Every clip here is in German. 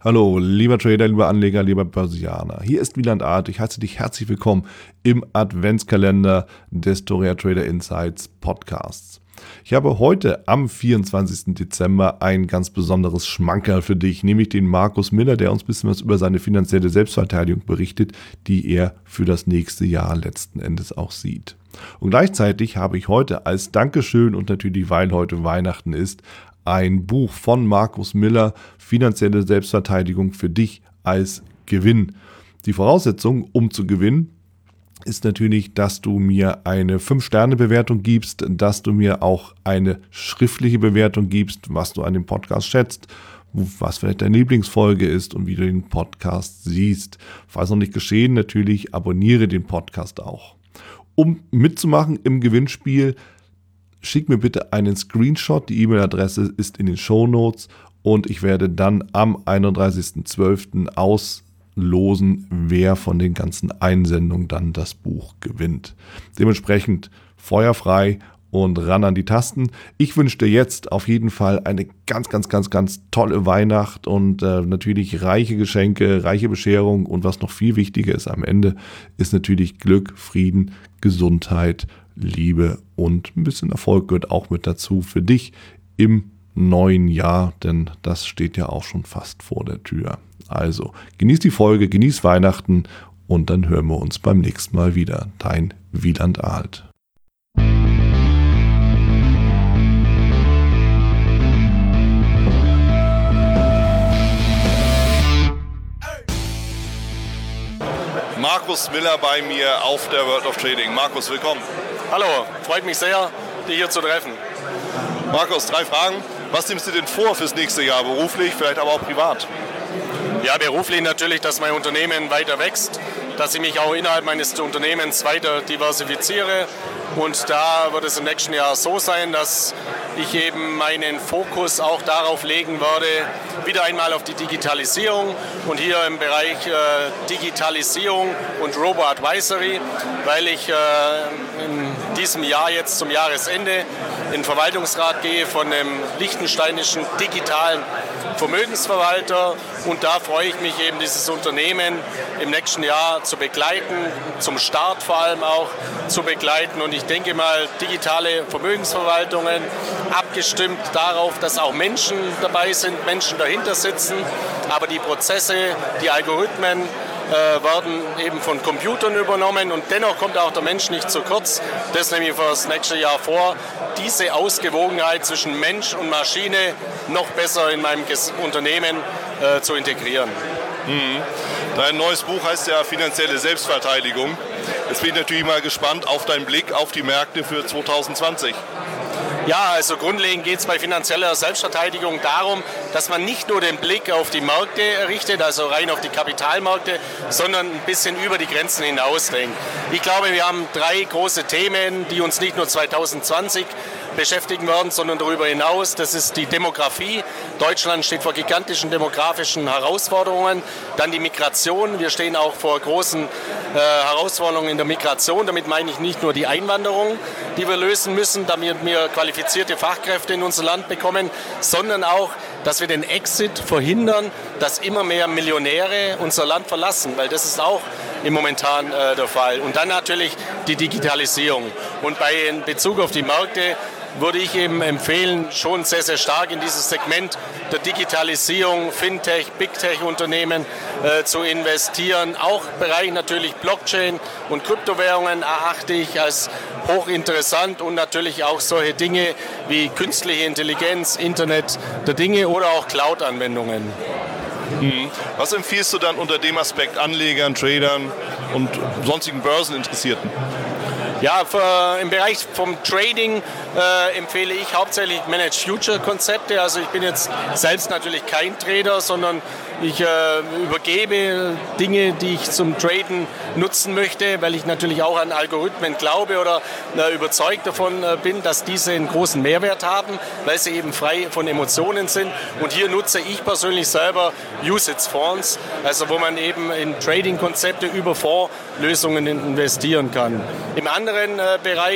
Hallo, lieber Trader, lieber Anleger, lieber Börsianer. Hier ist Wieland Art. Ich heiße dich herzlich willkommen im Adventskalender des Storia Trader Insights Podcasts. Ich habe heute am 24. Dezember ein ganz besonderes Schmankerl für dich, nämlich den Markus Miller, der uns ein bisschen was über seine finanzielle Selbstverteidigung berichtet, die er für das nächste Jahr letzten Endes auch sieht. Und gleichzeitig habe ich heute als Dankeschön und natürlich, weil heute Weihnachten ist, ein Buch von Markus Miller, Finanzielle Selbstverteidigung für dich als Gewinn. Die Voraussetzung, um zu gewinnen, ist natürlich, dass du mir eine 5-Sterne-Bewertung gibst, dass du mir auch eine schriftliche Bewertung gibst, was du an dem Podcast schätzt, was vielleicht deine Lieblingsfolge ist und wie du den Podcast siehst. Falls noch nicht geschehen, natürlich abonniere den Podcast auch. Um mitzumachen im Gewinnspiel, schick mir bitte einen Screenshot, die E-Mail-Adresse ist in den Shownotes und ich werde dann am 31.12. auslosen, wer von den ganzen Einsendungen dann das Buch gewinnt. Dementsprechend feuerfrei und ran an die Tasten. Ich wünsche dir jetzt auf jeden Fall eine ganz tolle Weihnacht und natürlich reiche Geschenke, reiche Bescherung und was noch viel wichtiger ist am Ende, ist natürlich Glück, Frieden, Gesundheit, Liebe und ein bisschen Erfolg gehört auch mit dazu für dich im neuen Jahr, denn das steht ja auch schon fast vor der Tür. Also genieß die Folge, genieß Weihnachten und dann hören wir uns beim nächsten Mal wieder. Dein Wieland Art. Markus Miller bei mir auf der World of Trading. Markus, willkommen. Hallo, freut mich sehr, dich hier zu treffen. Markus, 3 Fragen. Was nimmst du denn vor fürs nächste Jahr, beruflich, vielleicht aber auch privat? Ja, beruflich natürlich, dass mein Unternehmen weiter wächst, dass ich mich auch innerhalb meines Unternehmens weiter diversifiziere. Und da wird es im nächsten Jahr so sein, dass ich eben meinen Fokus auch darauf legen werde, wieder einmal auf die Digitalisierung und hier im Bereich Digitalisierung und Robo-Advisory, weil ich in diesem Jahr jetzt zum Jahresende in den Verwaltungsrat gehe von einem liechtensteinischen digitalen Vermögensverwalter und da freue ich mich eben, dieses Unternehmen im nächsten Jahr zu begleiten, zum Start vor allem auch zu begleiten und ich denke mal, digitale Vermögensverwaltungen abgestimmt darauf, dass auch Menschen dabei sind, Menschen dahinter sitzen, aber die Prozesse, die Algorithmen werden eben von Computern übernommen und dennoch kommt auch der Mensch nicht zu kurz. Das nehme ich für das nächste Jahr vor, diese Ausgewogenheit zwischen Mensch und Maschine noch besser in meinem Unternehmen zu integrieren. Dein neues Buch heißt ja Finanzielle Selbstverteidigung. Jetzt bin ich natürlich mal gespannt auf deinen Blick auf die Märkte für 2020. Ja, also grundlegend geht es bei finanzieller Selbstverteidigung darum, dass man nicht nur den Blick auf die Märkte richtet, also rein auf die Kapitalmärkte, sondern ein bisschen über die Grenzen hinaus denkt. Ich glaube, wir haben 3 große Themen, die uns nicht nur 2020 beschäftigen werden, sondern darüber hinaus. Das ist die Demografie. Deutschland steht vor gigantischen demografischen Herausforderungen. Dann die Migration. Wir stehen auch vor großen Herausforderungen in der Migration. Damit meine ich nicht nur die Einwanderung, die wir lösen müssen, damit wir qualifizierte Fachkräfte in unser Land bekommen, sondern auch, dass wir den Exit verhindern, dass immer mehr Millionäre unser Land verlassen, weil das ist auch im Momentan der Fall. Und dann natürlich die Digitalisierung. Und in Bezug auf die Märkte würde ich eben empfehlen, schon sehr, sehr stark in dieses Segment der Digitalisierung, Fintech, Big Tech-Unternehmen zu investieren. Auch im Bereich natürlich Blockchain und Kryptowährungen erachte ich als hochinteressant und natürlich auch solche Dinge wie künstliche Intelligenz, Internet der Dinge oder auch Cloud-Anwendungen. Was empfiehlst du dann unter dem Aspekt Anlegern, Tradern und sonstigen Börseninteressierten? Ja, im Bereich vom Trading empfehle ich hauptsächlich Managed Future Konzepte. Also ich bin jetzt selbst natürlich kein Trader, sondern ich übergebe Dinge, die ich zum Traden nutzen möchte, weil ich natürlich auch an Algorithmen glaube oder überzeugt davon bin, dass diese einen großen Mehrwert haben, weil sie eben frei von Emotionen sind. Und hier nutze ich persönlich selber UCITS-Fonds, also wo man eben in Trading-Konzepte über Fondslösungen investieren kann. Im anderen Bereich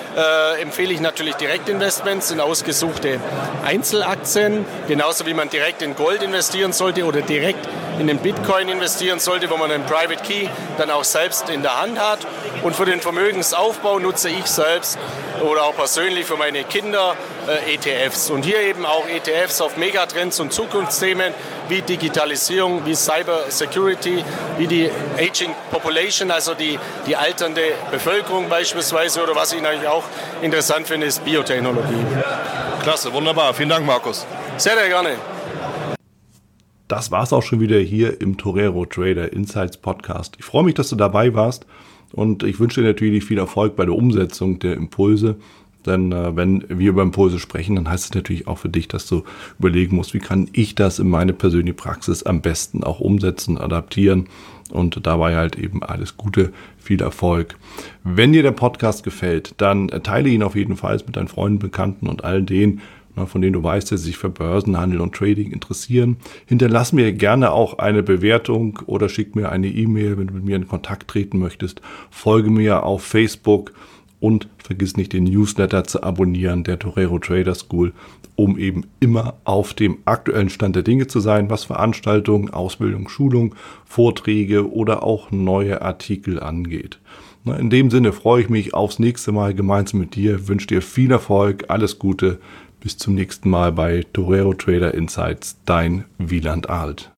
empfehle ich natürlich Direktinvestments in ausgesuchte Einzelaktien, genauso wie man direkt in Gold investieren sollte oder direkt in den Bitcoin investieren sollte, wo man einen Private Key dann auch selbst in der Hand hat. Und für den Vermögensaufbau nutze ich selbst oder auch persönlich für meine Kinder ETFs. Und hier eben auch ETFs auf Megatrends und Zukunftsthemen wie Digitalisierung, wie Cyber Security, wie die Aging Population, also die alternde Bevölkerung beispielsweise, oder was ich natürlich auch interessant finde, ist Biotechnologie. Klasse, wunderbar. Vielen Dank, Markus. Sehr, sehr gerne. Das war's auch schon wieder hier im Torero Trader Insights Podcast. Ich freue mich, dass du dabei warst und ich wünsche dir natürlich viel Erfolg bei der Umsetzung der Impulse. Denn wenn wir über Impulse sprechen, dann heißt es natürlich auch für dich, dass du überlegen musst, wie kann ich das in meine persönliche Praxis am besten auch umsetzen, adaptieren und dabei halt eben alles Gute, viel Erfolg. Wenn dir der Podcast gefällt, dann teile ihn auf jeden Fall mit deinen Freunden, Bekannten und all denen, von denen du weißt, dass sie sich für Börsenhandel und Trading interessieren. Hinterlass mir gerne auch eine Bewertung oder schick mir eine E-Mail, wenn du mit mir in Kontakt treten möchtest. Folge mir auf Facebook und vergiss nicht, den Newsletter zu abonnieren, der Torero Trader School, um eben immer auf dem aktuellen Stand der Dinge zu sein, was Veranstaltungen, Ausbildung, Schulung, Vorträge oder auch neue Artikel angeht. In dem Sinne freue ich mich aufs nächste Mal gemeinsam mit dir, wünsche dir viel Erfolg, alles Gute. Bis zum nächsten Mal bei Torero Trader Insights, dein Wieland Alt.